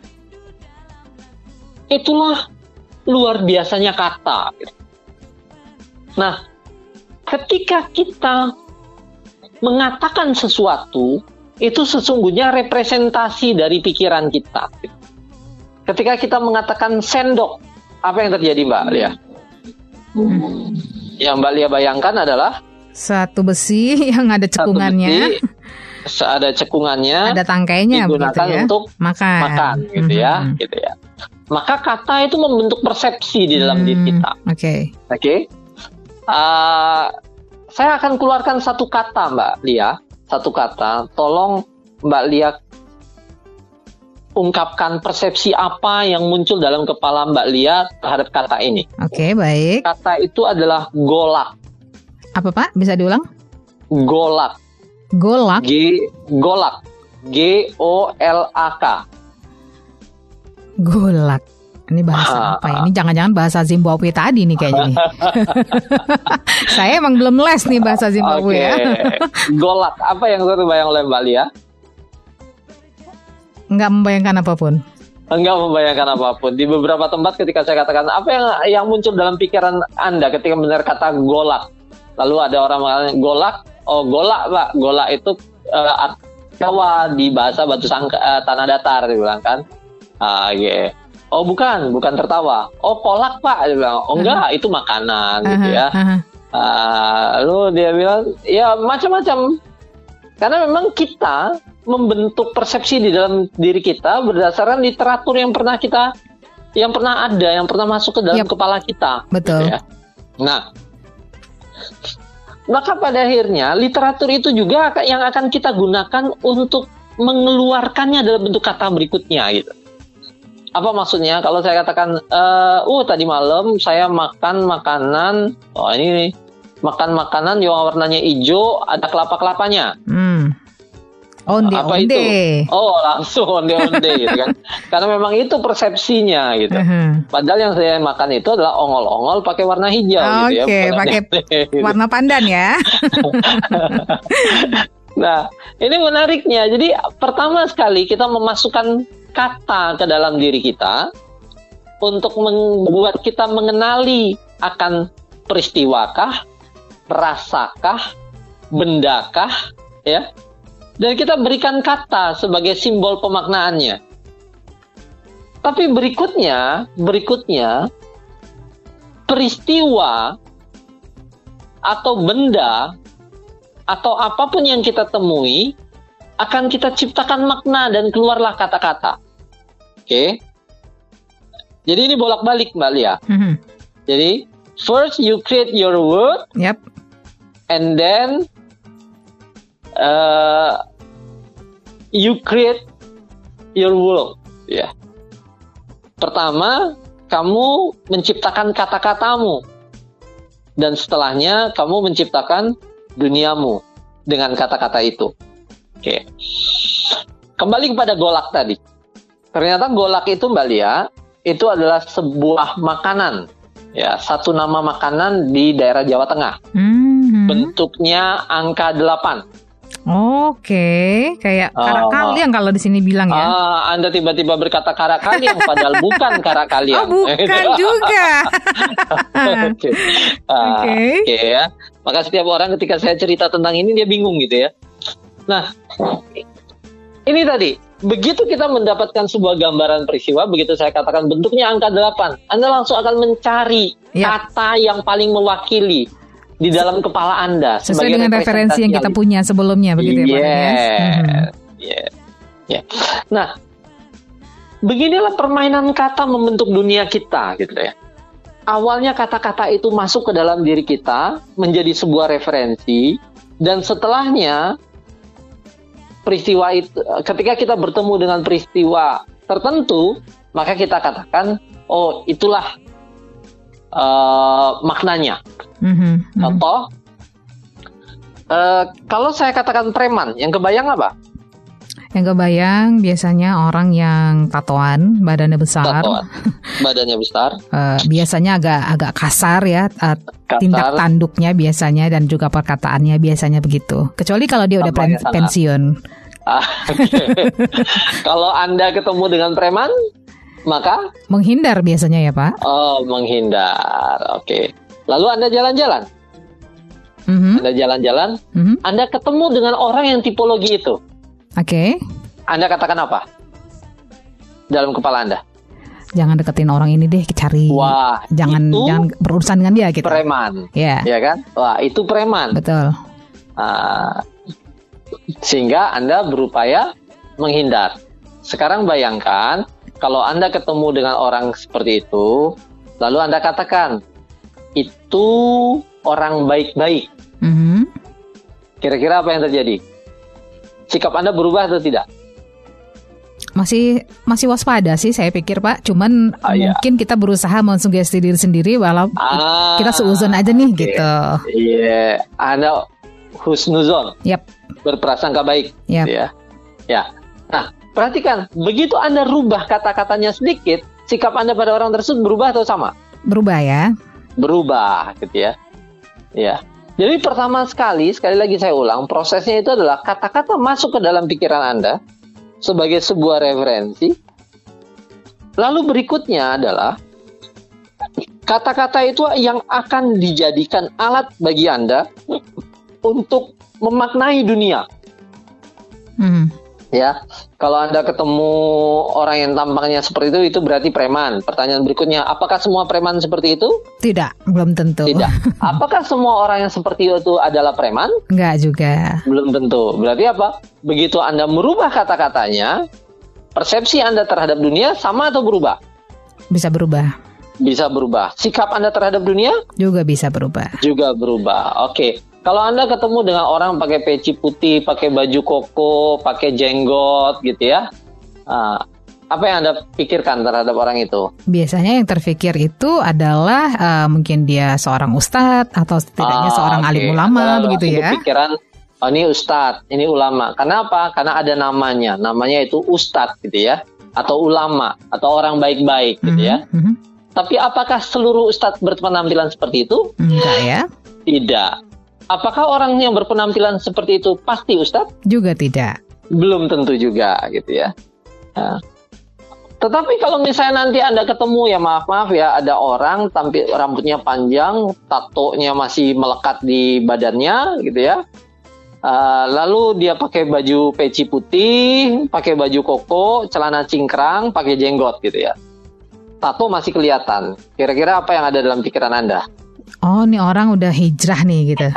itulah luar biasanya kata. Gitu. Nah, ketika kita mengatakan sesuatu, itu sesungguhnya representasi dari pikiran kita. Ketika kita mengatakan sendok, apa yang terjadi Mbak Lia? Hmm. Yang Mbak Lia bayangkan adalah satu besi yang ada cekungannya, satu besi, ada cekungannya, ada tangkainya, digunakan ya? untuk makan, makan, gitu hmm. ya, gitu ya. Maka kata itu membentuk persepsi di dalam hmm. diri kita. Oke, okay. oke. Okay? Uh, saya akan keluarkan satu kata Mbak Lia. Satu kata, tolong Mbak Lia ungkapkan persepsi apa yang muncul dalam kepala Mbak Lia terhadap kata ini. Oke, okay, baik. Kata itu adalah golak. Apa Pak? Bisa diulang? Golak. Golak? G, golak. G O L A K. Golak. Ini bahasa ha, apa ya? Ini jangan-jangan bahasa Zimbabwe tadi nih kayaknya nih. Saya emang belum les nih bahasa Zimbabwe okay. ya. Golak, apa yang terbayang oleh Mbak Lia? Enggak membayangkan apapun. Enggak membayangkan apapun. Di beberapa tempat ketika saya katakan, apa yang yang muncul dalam pikiran Anda ketika mendengar kata golak? Lalu ada orang mengatakan golak, oh golak Pak, golak itu uh, Jawa di bahasa batu sangka, uh, tanah datar dibilang kan. Ah, yeah. Oh bukan, bukan tertawa. Oh kolak Pak, dia bilang. Oh enggak, uh-huh. itu makanan uh-huh. gitu ya. Uh-huh. Uh, lalu dia bilang, ya macam-macam. Karena memang kita membentuk persepsi di dalam diri kita berdasarkan literatur yang pernah kita, yang pernah ada, yang pernah masuk ke dalam yep. kepala kita. Betul. Gitu ya. Nah, maka pada akhirnya literatur itu juga yang akan kita gunakan untuk mengeluarkannya dalam bentuk kata berikutnya gitu. Apa maksudnya? Kalau saya katakan, uh, uh tadi malam saya makan makanan, oh ini nih, makan makanan yang warnanya hijau, ada kelapa-kelapanya. Hmm. Onde, apa onde. itu? Oh langsung onde-onde gitu kan? Karena memang itu persepsinya gitu. Uh-huh. Padahal yang saya makan itu adalah ongol-ongol pakai warna hijau. Oke, gitu ya, pakai gitu. Warna pandan ya. Nah, ini menariknya. Jadi pertama sekali kita memasukkan kata ke dalam diri kita untuk membuat kita mengenali akan peristiwakah, rasakah, bendakah, ya. Dan kita berikan kata sebagai simbol pemaknaannya. Tapi berikutnya, berikutnya peristiwa atau benda atau apapun yang kita temui akan kita ciptakan makna dan keluarlah kata-kata. Oke. Okay? Jadi ini bolak-balik Mbak Lia. Mm-hmm. Jadi first you create your word. Yep. And then uh, you create your world. Ya. Yeah. Pertama, kamu menciptakan kata-katamu. Dan setelahnya kamu menciptakan duniamu dengan kata-kata itu. Oke, kembali kepada golak tadi. Ternyata golak itu Mbak Lia, itu adalah sebuah makanan, ya satu nama makanan di daerah Jawa Tengah. Mm-hmm. Bentuknya angka delapan. Oke, kayak karak kaliang kalau di sini bilang ya. Ah, Anda tiba-tiba berkata karak kaliang padahal bukan karak kaliang. Oh, bukan juga. Oke. Ah, Oke okay, ya. Maka setiap orang ketika saya cerita tentang ini dia bingung gitu ya. Nah, ini tadi, begitu kita mendapatkan sebuah gambaran peristiwa, begitu saya katakan bentuknya angka delapan, Anda langsung akan mencari ya. kata yang paling mewakili di dalam kepala Anda sesuai dengan referensi yang kita punya sebelumnya, begitu ya Pak? Yes. Yeah. Yeah. Nah, beginilah permainan kata membentuk dunia kita, gitu ya. Awalnya kata-kata itu masuk ke dalam diri kita, menjadi sebuah referensi, dan setelahnya peristiwa itu, ketika kita bertemu dengan peristiwa tertentu, maka kita katakan, oh itulah uh, maknanya. Mm-hmm. Contoh, uh, kalau saya katakan preman, yang kebayang apa? Yang kebayang biasanya orang yang tatoan, badannya besar, tatoan. badannya besar, uh, biasanya agak agak kasar ya, uh, kasar. tindak tanduknya biasanya dan juga perkataannya biasanya begitu. Kecuali kalau dia udah pen- pensiun. Ah, okay. Kalau Anda ketemu dengan preman, maka menghindar biasanya ya Pak? Oh, menghindar. Oke. Okay. Lalu Anda jalan-jalan. Mm-hmm. Anda jalan-jalan, mm-hmm. Anda ketemu dengan orang yang tipologi itu. Oke. Okay. Anda katakan apa? Dalam kepala Anda. Jangan deketin orang ini deh, cari. Wah, jangan itu jangan berurusan dengan dia gitu. Preman. Ya. Yeah. Ya kan? Wah, itu preman. Betul. Uh, sehingga Anda berupaya menghindar. Sekarang bayangkan kalau Anda ketemu dengan orang seperti itu, lalu Anda katakan itu orang baik-baik. Mm-hmm. Kira-kira apa yang terjadi? Sikap Anda berubah atau tidak? Masih masih waspada sih saya pikir Pak. Cuman ah, mungkin iya. kita berusaha mensugesti diri sendiri walau ah, kita seuzon aja nih okay. gitu. Iya, yeah. Anda husnuzon. Yap. Berprasangka baik. Yap. Gitu ya. Ya. Nah, perhatikan, begitu Anda rubah kata-katanya sedikit, sikap Anda pada orang tersebut berubah atau sama? Berubah ya. Berubah gitu ya. Ya. Jadi pertama sekali, sekali lagi saya ulang, prosesnya itu adalah kata-kata masuk ke dalam pikiran Anda sebagai sebuah referensi. Lalu berikutnya adalah kata-kata itu yang akan dijadikan alat bagi Anda untuk memaknai dunia. Hmm. Ya, kalau Anda ketemu orang yang tampangnya seperti itu, itu berarti preman. Pertanyaan berikutnya, apakah semua preman seperti itu? Tidak, belum tentu. Tidak. Apakah semua orang yang seperti itu adalah preman? Enggak juga. Belum tentu. Berarti apa? Begitu Anda merubah kata-katanya, persepsi Anda terhadap dunia sama atau berubah? Bisa berubah. Bisa berubah. Sikap Anda terhadap dunia? Juga bisa berubah. Juga berubah. Oke. Okay. Kalau Anda ketemu dengan orang pakai peci putih, pakai baju koko, pakai jenggot gitu ya, uh, apa yang Anda pikirkan terhadap orang itu? Biasanya yang terpikir itu adalah uh, mungkin dia seorang ustadz atau setidaknya ah, seorang okay. alim ulama. Anda begitu ya. Pikiran, oh ini ustadz, ini ulama. Kenapa? Karena ada namanya, namanya itu ustadz gitu ya, atau ulama, atau orang baik-baik gitu ya. Mm-hmm. Tapi apakah seluruh ustadz berpenampilan seperti itu? Enggak ya. Tidak. Apakah orang yang berpenampilan seperti itu pasti ustadz? Juga tidak. Belum tentu juga gitu ya. Nah, tetapi kalau misalnya nanti Anda ketemu ya maaf-maaf ya, ada orang tampil rambutnya panjang, tatonya masih melekat di badannya gitu ya. Uh, lalu dia pakai baju peci putih, pakai baju koko, celana cingkrang, pakai jenggot gitu ya. Tato masih kelihatan. Kira-kira apa yang ada dalam pikiran Anda? Oh, ini orang udah hijrah nih gitu.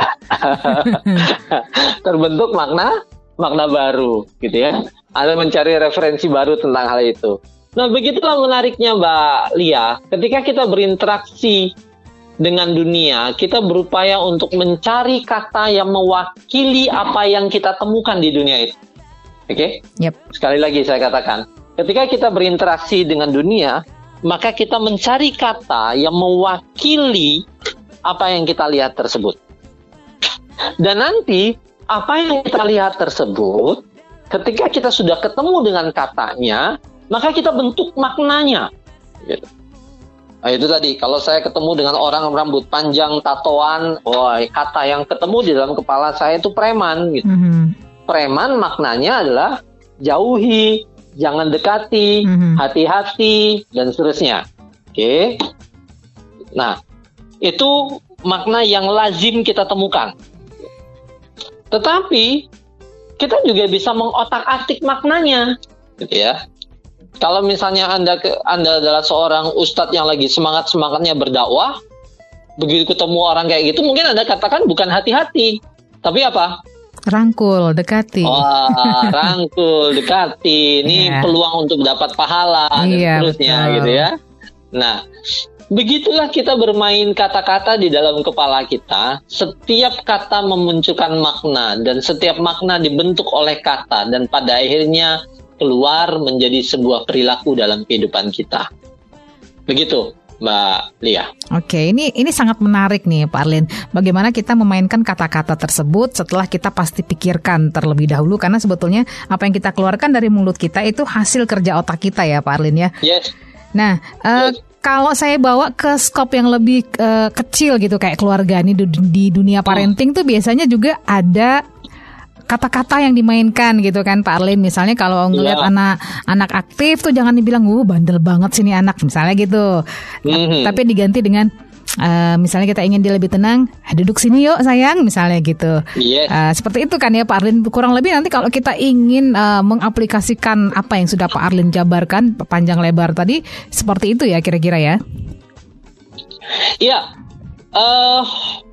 Terbentuk makna makna baru gitu ya. Anda mencari referensi baru tentang hal itu. Nah, begitulah menariknya Mbak Lia. Ketika kita berinteraksi dengan dunia, kita berupaya untuk mencari kata yang mewakili apa yang kita temukan di dunia itu. Oke? Okay? Yep. Sekali lagi saya katakan, ketika kita berinteraksi dengan dunia, maka kita mencari kata yang mewakili apa yang kita lihat tersebut. Dan nanti apa yang kita lihat tersebut, ketika kita sudah ketemu dengan katanya, maka kita bentuk maknanya. Gitu. Nah, itu tadi, kalau saya ketemu dengan orang rambut panjang, tatoan, wah, kata yang ketemu di dalam kepala saya itu preman. Gitu. Mm-hmm. preman maknanya adalah jauhi, jangan dekati, mm-hmm. hati-hati, dan seterusnya. Oke. Okay. Nah, itu makna yang lazim kita temukan. Tetapi kita juga bisa mengotak-atik maknanya, gitu ya. Kalau misalnya Anda Anda adalah seorang ustadz yang lagi semangat-semangatnya berdakwah, begitu ketemu orang kayak gitu, mungkin Anda katakan bukan hati-hati, tapi apa? Rangkul, dekati. Wah, rangkul, dekati. Ini yeah. peluang untuk dapat pahala dan yeah, seterusnya, betul. gitu ya. Nah, begitulah kita bermain kata-kata di dalam kepala kita. Setiap kata memunculkan makna, dan setiap makna dibentuk oleh kata, dan pada akhirnya keluar menjadi sebuah perilaku dalam kehidupan kita. Begitu, Mbak Lia. Oke, ini ini sangat menarik nih Pak Arlin. Bagaimana kita memainkan kata-kata tersebut setelah kita pasti pikirkan terlebih dahulu, karena sebetulnya apa yang kita keluarkan dari mulut kita itu hasil kerja otak kita ya Pak Arlin ya. Yes. Nah, uh, yes. kalau saya bawa ke skop yang lebih uh, kecil gitu kayak keluarga nih di, di dunia parenting hmm. tuh biasanya juga ada kata-kata yang dimainkan gitu kan Pak Arlin. Misalnya kalau ngelihat yeah. anak anak aktif tuh jangan dibilang uh bandel banget sih nih anak misalnya gitu. Mm-hmm. Tapi diganti dengan uh, misalnya kita ingin dia lebih tenang, duduk sini yuk sayang misalnya gitu. Yes. Uh, seperti itu kan ya Pak Arlin. Kurang lebih nanti kalau kita ingin uh, mengaplikasikan apa yang sudah Pak Arlin jabarkan panjang lebar tadi, seperti itu ya kira-kira ya. Iya. Yeah. Uh...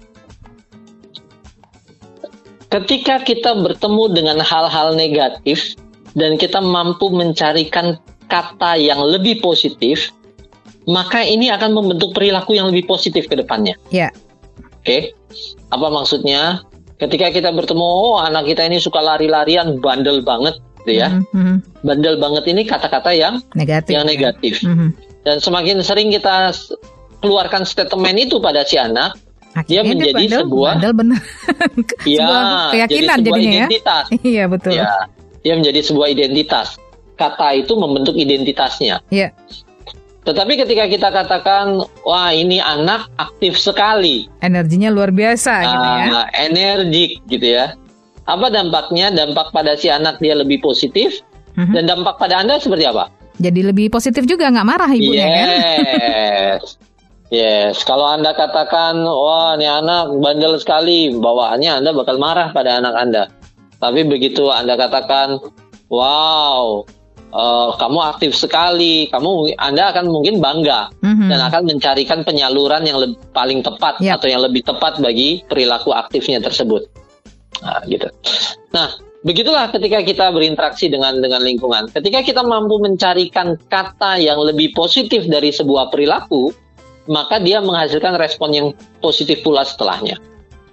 Ketika kita bertemu dengan hal-hal negatif dan kita mampu mencarikan kata yang lebih positif, maka ini akan membentuk perilaku yang lebih positif ke depannya. Ya. Yeah. Oke. Okay. Apa maksudnya? Ketika kita bertemu, oh anak kita ini suka lari-larian, bandel banget, gitu ya. Mm-hmm. Bandel banget ini kata-kata yang negatif. Yang negatif. Ya. Mm-hmm. Dan semakin sering kita keluarkan statement itu pada si anak, akhirnya dia menjadi bandel, sebuah bandel benar. Ya, sebuah keyakinan jadi sebuah jadinya identitas. Ya. Iya betul. Ya, dia menjadi sebuah identitas. Kata itu membentuk identitasnya. Iya. Tetapi ketika kita katakan, wah ini anak aktif sekali, energinya luar biasa, uh, gitu ya. Energik, gitu ya. Apa dampaknya? Dampak pada si anak dia lebih positif, uh-huh. dan dampak pada Anda seperti apa? Jadi lebih positif juga, nggak marah ibunya yes. kan? Yes. Yes, kalau Anda katakan, wah ini anak bandel sekali, bawaannya Anda bakal marah pada anak Anda. Tapi begitu Anda katakan, wow, uh, kamu aktif sekali, kamu Anda akan mungkin bangga, mm-hmm. dan akan mencarikan penyaluran yang lebih, paling tepat, yep. atau yang lebih tepat bagi perilaku aktifnya tersebut. Nah, gitu. Nah, begitulah ketika kita berinteraksi dengan dengan lingkungan. Ketika kita mampu mencarikan kata yang lebih positif dari sebuah perilaku, maka dia menghasilkan respon yang positif pula setelahnya.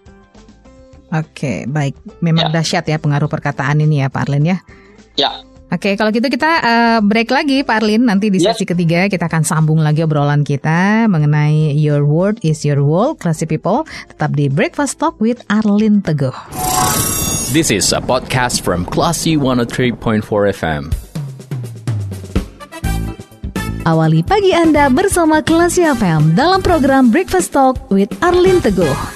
Oke, baik. Memang ya. Dahsyat ya pengaruh perkataan ini ya Pak Arlin ya. Ya. Oke, kalau gitu kita uh, break lagi Pak Arlin. Nanti di sesi yes. ketiga kita akan sambung lagi obrolan kita mengenai Your Word is Your World, Classy People. Tetap di Breakfast Talk with Arlin Teguh. This is a podcast from Classy one oh three point four F M. Awali pagi Anda bersama Classy F M dalam program Breakfast Talk with Arlin Teguh.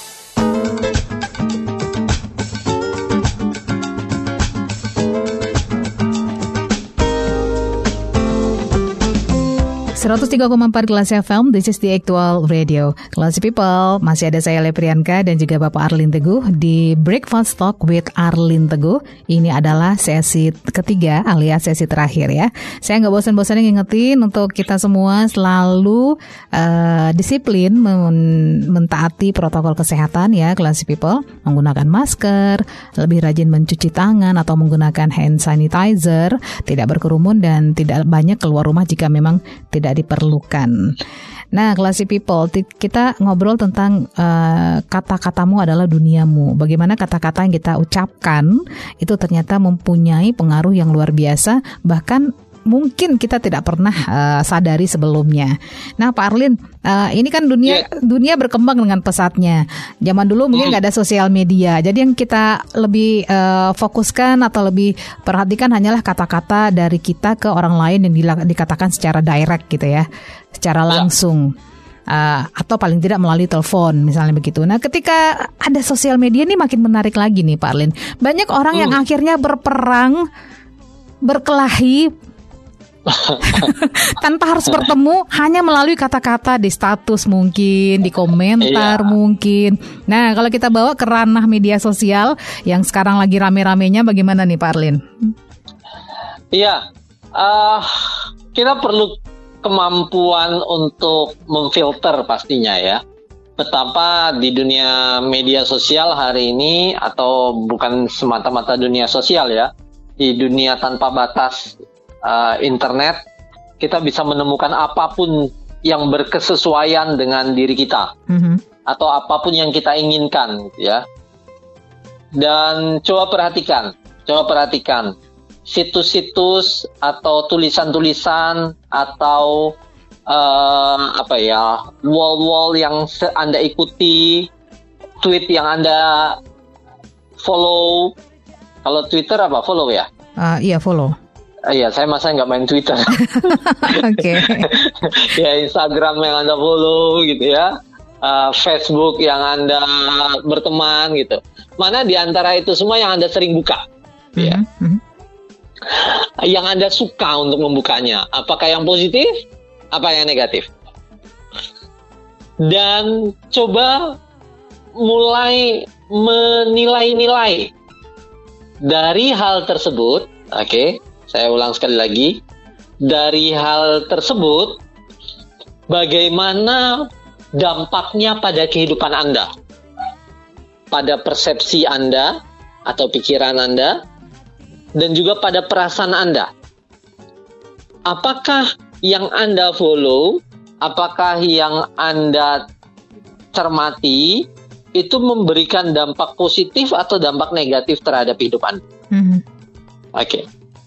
seratus tiga koma empat Classy F M, this is the actual radio. Classy People, masih ada saya Leprianka dan juga Bapak Arlin Teguh di Breakfast Talk with Arlin Teguh. Ini adalah sesi ketiga alias sesi terakhir ya. Saya nggak bosan-bosan ngingetin untuk kita semua selalu uh, disiplin men- mentaati protokol kesehatan ya Classy People. Menggunakan masker, lebih rajin mencuci tangan atau menggunakan hand sanitizer, tidak berkerumun dan tidak banyak keluar rumah jika memang tidak diperlukan. Nah, Classy People, kita ngobrol tentang uh, kata-katamu adalah duniamu. Bagaimana kata-kata yang kita ucapkan itu ternyata mempunyai pengaruh yang luar biasa, bahkan mungkin kita tidak pernah uh, sadari sebelumnya. Nah, Pak Arlin, uh, ini kan dunia yeah. dunia berkembang dengan pesatnya. Zaman dulu mungkin nggak mm. ada sosial media, jadi yang kita lebih uh, fokuskan atau lebih perhatikan hanyalah kata-kata dari kita ke orang lain yang dila- dikatakan secara direct gitu ya, secara langsung. Yeah. uh, atau paling tidak melalui telepon misalnya begitu. Nah, ketika ada sosial media ini makin menarik lagi nih Pak Arlin. Banyak orang hmm. yang akhirnya berperang, berkelahi tanpa harus bertemu, hanya melalui kata-kata di status mungkin, di komentar iya. mungkin. Nah, kalau kita bawa ke ranah media sosial yang sekarang lagi rame-ramenya, bagaimana nih Pak Arlin? Iya, uh, kita perlu kemampuan untuk memfilter pastinya ya. Betapa di dunia media sosial hari ini, atau bukan semata-mata dunia sosial ya, di dunia tanpa batas Uh, internet, kita bisa menemukan apapun yang berkesesuaian dengan diri kita, mm-hmm. atau apapun yang kita inginkan, ya. Dan coba perhatikan, coba perhatikan situs-situs atau tulisan-tulisan atau uh, apa ya, wall-wall yang Anda ikuti, tweet yang Anda follow. Kalau Twitter apa? Follow ya? Uh, iya follow. Iya, saya masa nggak main Twitter. Oke. Ya, Instagram yang Anda follow gitu ya, uh, Facebook yang Anda berteman gitu. Mana di antara itu semua yang Anda sering buka, mm-hmm. ya? Mm-hmm. Yang Anda suka untuk membukanya, apakah yang positif, apa yang negatif? Dan coba mulai menilai-nilai dari hal tersebut, oke? Okay? Saya ulang sekali lagi, dari hal tersebut, bagaimana dampaknya pada kehidupan Anda, pada persepsi Anda atau pikiran Anda, dan juga pada perasaan Anda. Apakah yang Anda follow, apakah yang Anda cermati, itu memberikan dampak positif atau dampak negatif terhadap hidup Anda? Mm-hmm. Oke. Okay.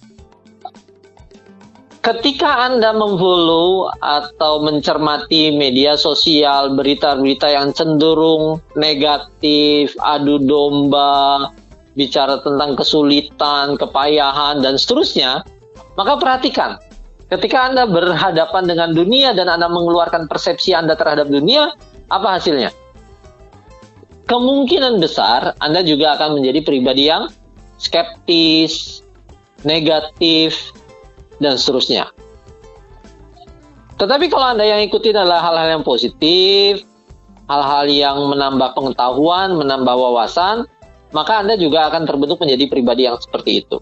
Ketika Anda memfollow atau mencermati media sosial, berita-berita yang cenderung negatif, adu domba, bicara tentang kesulitan, kepayahan, dan seterusnya, maka perhatikan, ketika Anda berhadapan dengan dunia dan Anda mengeluarkan persepsi Anda terhadap dunia, apa hasilnya? Kemungkinan besar Anda juga akan menjadi pribadi yang skeptis, negatif, dan seterusnya. Tetapi kalau Anda yang ikutin adalah hal-hal yang positif, hal-hal yang menambah pengetahuan, menambah wawasan, maka Anda juga akan terbentuk menjadi pribadi yang seperti itu.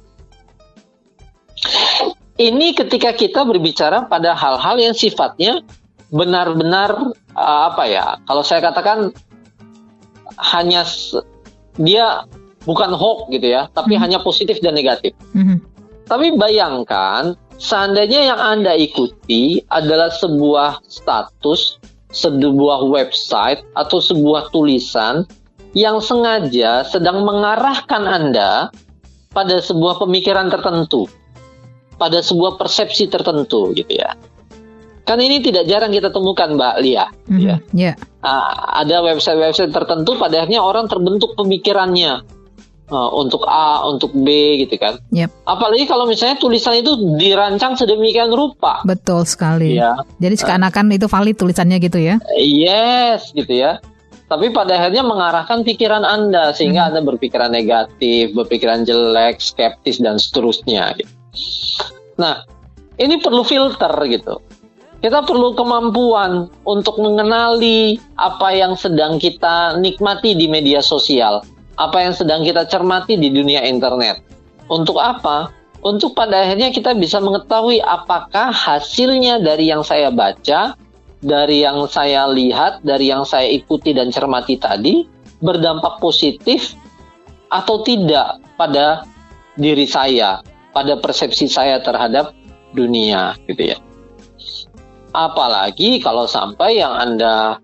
Ini ketika kita berbicara pada hal-hal yang sifatnya benar-benar uh, apa ya? Kalau saya katakan hanya dia bukan hoax gitu ya, tapi mm-hmm. hanya positif dan negatif. Mm-hmm. Tapi bayangkan, seandainya yang Anda ikuti adalah sebuah status, sebuah website, atau sebuah tulisan yang sengaja sedang mengarahkan Anda pada sebuah pemikiran tertentu, pada sebuah persepsi tertentu, gitu ya. Kan ini tidak jarang kita temukan, Mbak Lia. Mm-hmm. Ya. Yeah. Nah, ada website-website tertentu, pada akhirnya orang terbentuk pemikirannya. Uh, untuk A, untuk B gitu kan. Yep. Apalagi kalau misalnya tulisan itu dirancang sedemikian rupa. Betul sekali. Ya. Jadi seakan-akan uh, itu valid tulisannya gitu ya. Yes, gitu ya. Tapi pada akhirnya mengarahkan pikiran Anda sehingga hmm. Anda berpikiran negatif, berpikiran jelek, skeptis dan seterusnya gitu. Nah, ini perlu filter gitu. Kita perlu kemampuan untuk mengenali apa yang sedang kita nikmati di media sosial. Apa yang sedang kita cermati di dunia internet. Untuk apa? Untuk pada akhirnya kita bisa mengetahui apakah hasilnya dari yang saya baca, dari yang saya lihat, dari yang saya ikuti dan cermati tadi, berdampak positif atau tidak pada diri saya, pada persepsi saya terhadap dunia, gitu ya. Apalagi kalau sampai yang Anda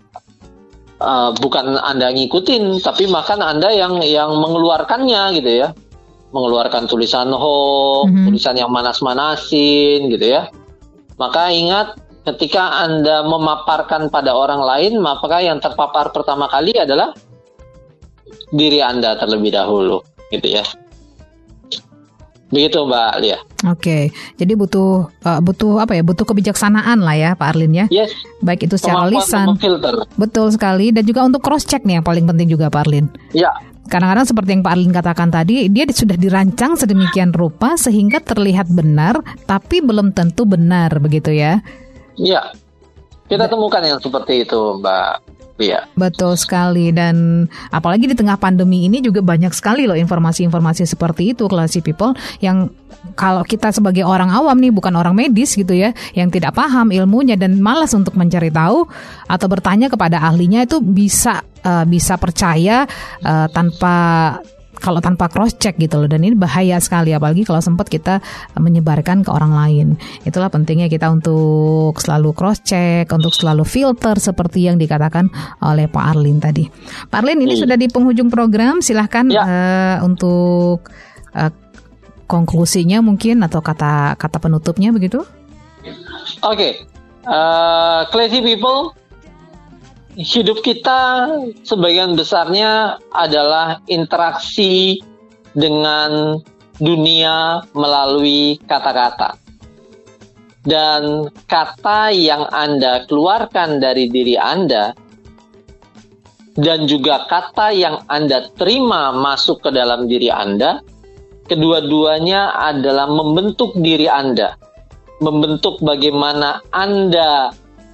Uh, bukan Anda ngikutin, tapi bahkan Anda yang yang mengeluarkannya gitu ya, mengeluarkan tulisan hoax, mm-hmm. tulisan yang manas-manasin gitu ya. Maka ingat, ketika Anda memaparkan pada orang lain, maka yang terpapar pertama kali adalah diri Anda terlebih dahulu, gitu ya. Begitu Mbak Lia. Oke, jadi butuh uh, butuh apa ya? Butuh kebijaksanaan lah ya, Pak Arlin ya. Yes. Baik itu secara lisan. Betul sekali, dan juga untuk cross check nih yang paling penting juga, Pak Arlin. Ya. Kadang-kadang seperti yang Pak Arlin katakan tadi, dia sudah dirancang sedemikian rupa sehingga terlihat benar, tapi belum tentu benar, begitu ya. Iya. Kita temukan yang seperti itu, Mbak. Iya. Betul sekali, dan apalagi di tengah pandemi ini juga banyak sekali loh informasi-informasi seperti itu, Classy People, yang kalau kita sebagai orang awam nih, bukan orang medis gitu ya, yang tidak paham ilmunya dan malas untuk mencari tahu atau bertanya kepada ahlinya, itu bisa uh, bisa percaya uh, tanpa kalau tanpa cross check gitu loh, dan ini bahaya sekali apalagi kalau sempat kita menyebarkan ke orang lain. Itulah pentingnya kita untuk selalu cross check, untuk selalu filter seperti yang dikatakan oleh Pak Arlin tadi. Pak Arlin, ini hmm. sudah di penghujung program, silahkan ya. uh, untuk uh, konklusinya mungkin atau kata kata penutupnya begitu. Oke, okay. uh, Classy People. Hidup kita sebagian besarnya adalah interaksi dengan dunia melalui kata-kata. Dan kata yang Anda keluarkan dari diri Anda dan juga kata yang Anda terima masuk ke dalam diri Anda, kedua-duanya adalah membentuk diri Anda, membentuk bagaimana Anda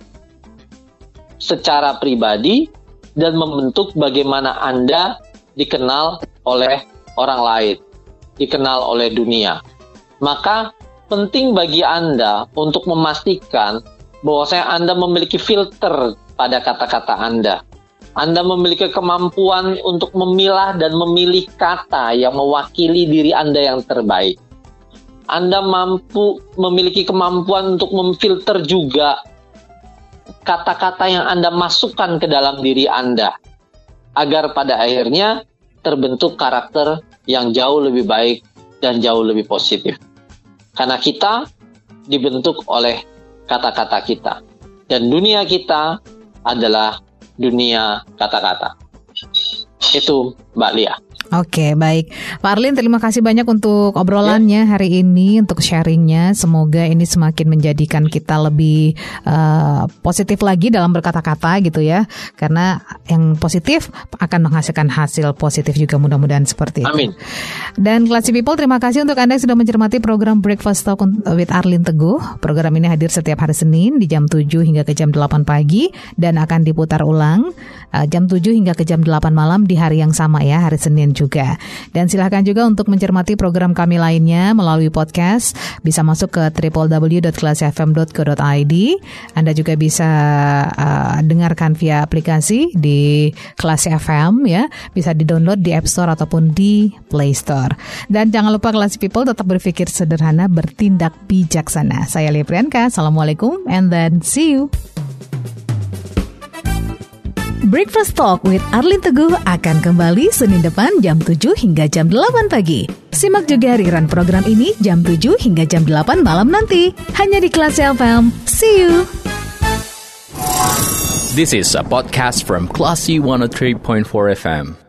secara pribadi dan membentuk bagaimana Anda dikenal oleh orang lain, dikenal oleh dunia. Maka penting bagi Anda untuk memastikan bahwa saya Anda memiliki filter pada kata-kata Anda. Anda memiliki kemampuan untuk memilah dan memilih kata yang mewakili diri Anda yang terbaik. Anda mampu memiliki kemampuan untuk memfilter juga kata-kata yang Anda masukkan ke dalam diri Anda, agar pada akhirnya terbentuk karakter yang jauh lebih baik dan jauh lebih positif. Karena kita dibentuk oleh kata-kata kita, dan dunia kita adalah dunia kata-kata. Itu Mbak Lia. Oke, baik. Pak Arlin, terima kasih banyak untuk obrolannya hari ini, untuk sharingnya. Semoga ini semakin menjadikan kita lebih uh, positif lagi dalam berkata-kata gitu ya. Karena yang positif akan menghasilkan hasil positif juga, mudah-mudahan seperti itu. Amin. Dan Classy People, terima kasih untuk Anda yang sudah mencermati program Breakfast Talk with Arlin Teguh. Program ini hadir setiap hari Senin di jam tujuh hingga ke jam delapan pagi dan akan diputar ulang uh, jam tujuh hingga ke jam delapan malam di hari yang sama ya, hari Senin juga. juga. Dan silahkan juga untuk mencermati program kami lainnya melalui podcast. Bisa masuk ke w w w dot classy f m dot co dot i d. Anda juga bisa uh, dengarkan via aplikasi di Classy F M ya. Bisa di-download di App Store ataupun di Play Store. Dan jangan lupa Classy People tetap berpikir sederhana, bertindak bijaksana. Saya Lia Priyanka. Assalamualaikum and then see you. Breakfast Talk with Arlin Teguh akan kembali Senin depan jam tujuh hingga jam delapan pagi. Simak juga rerun program ini jam tujuh hingga jam delapan malam nanti. Hanya di Classy F M. See you! This is a podcast from Classy one oh three point four F M.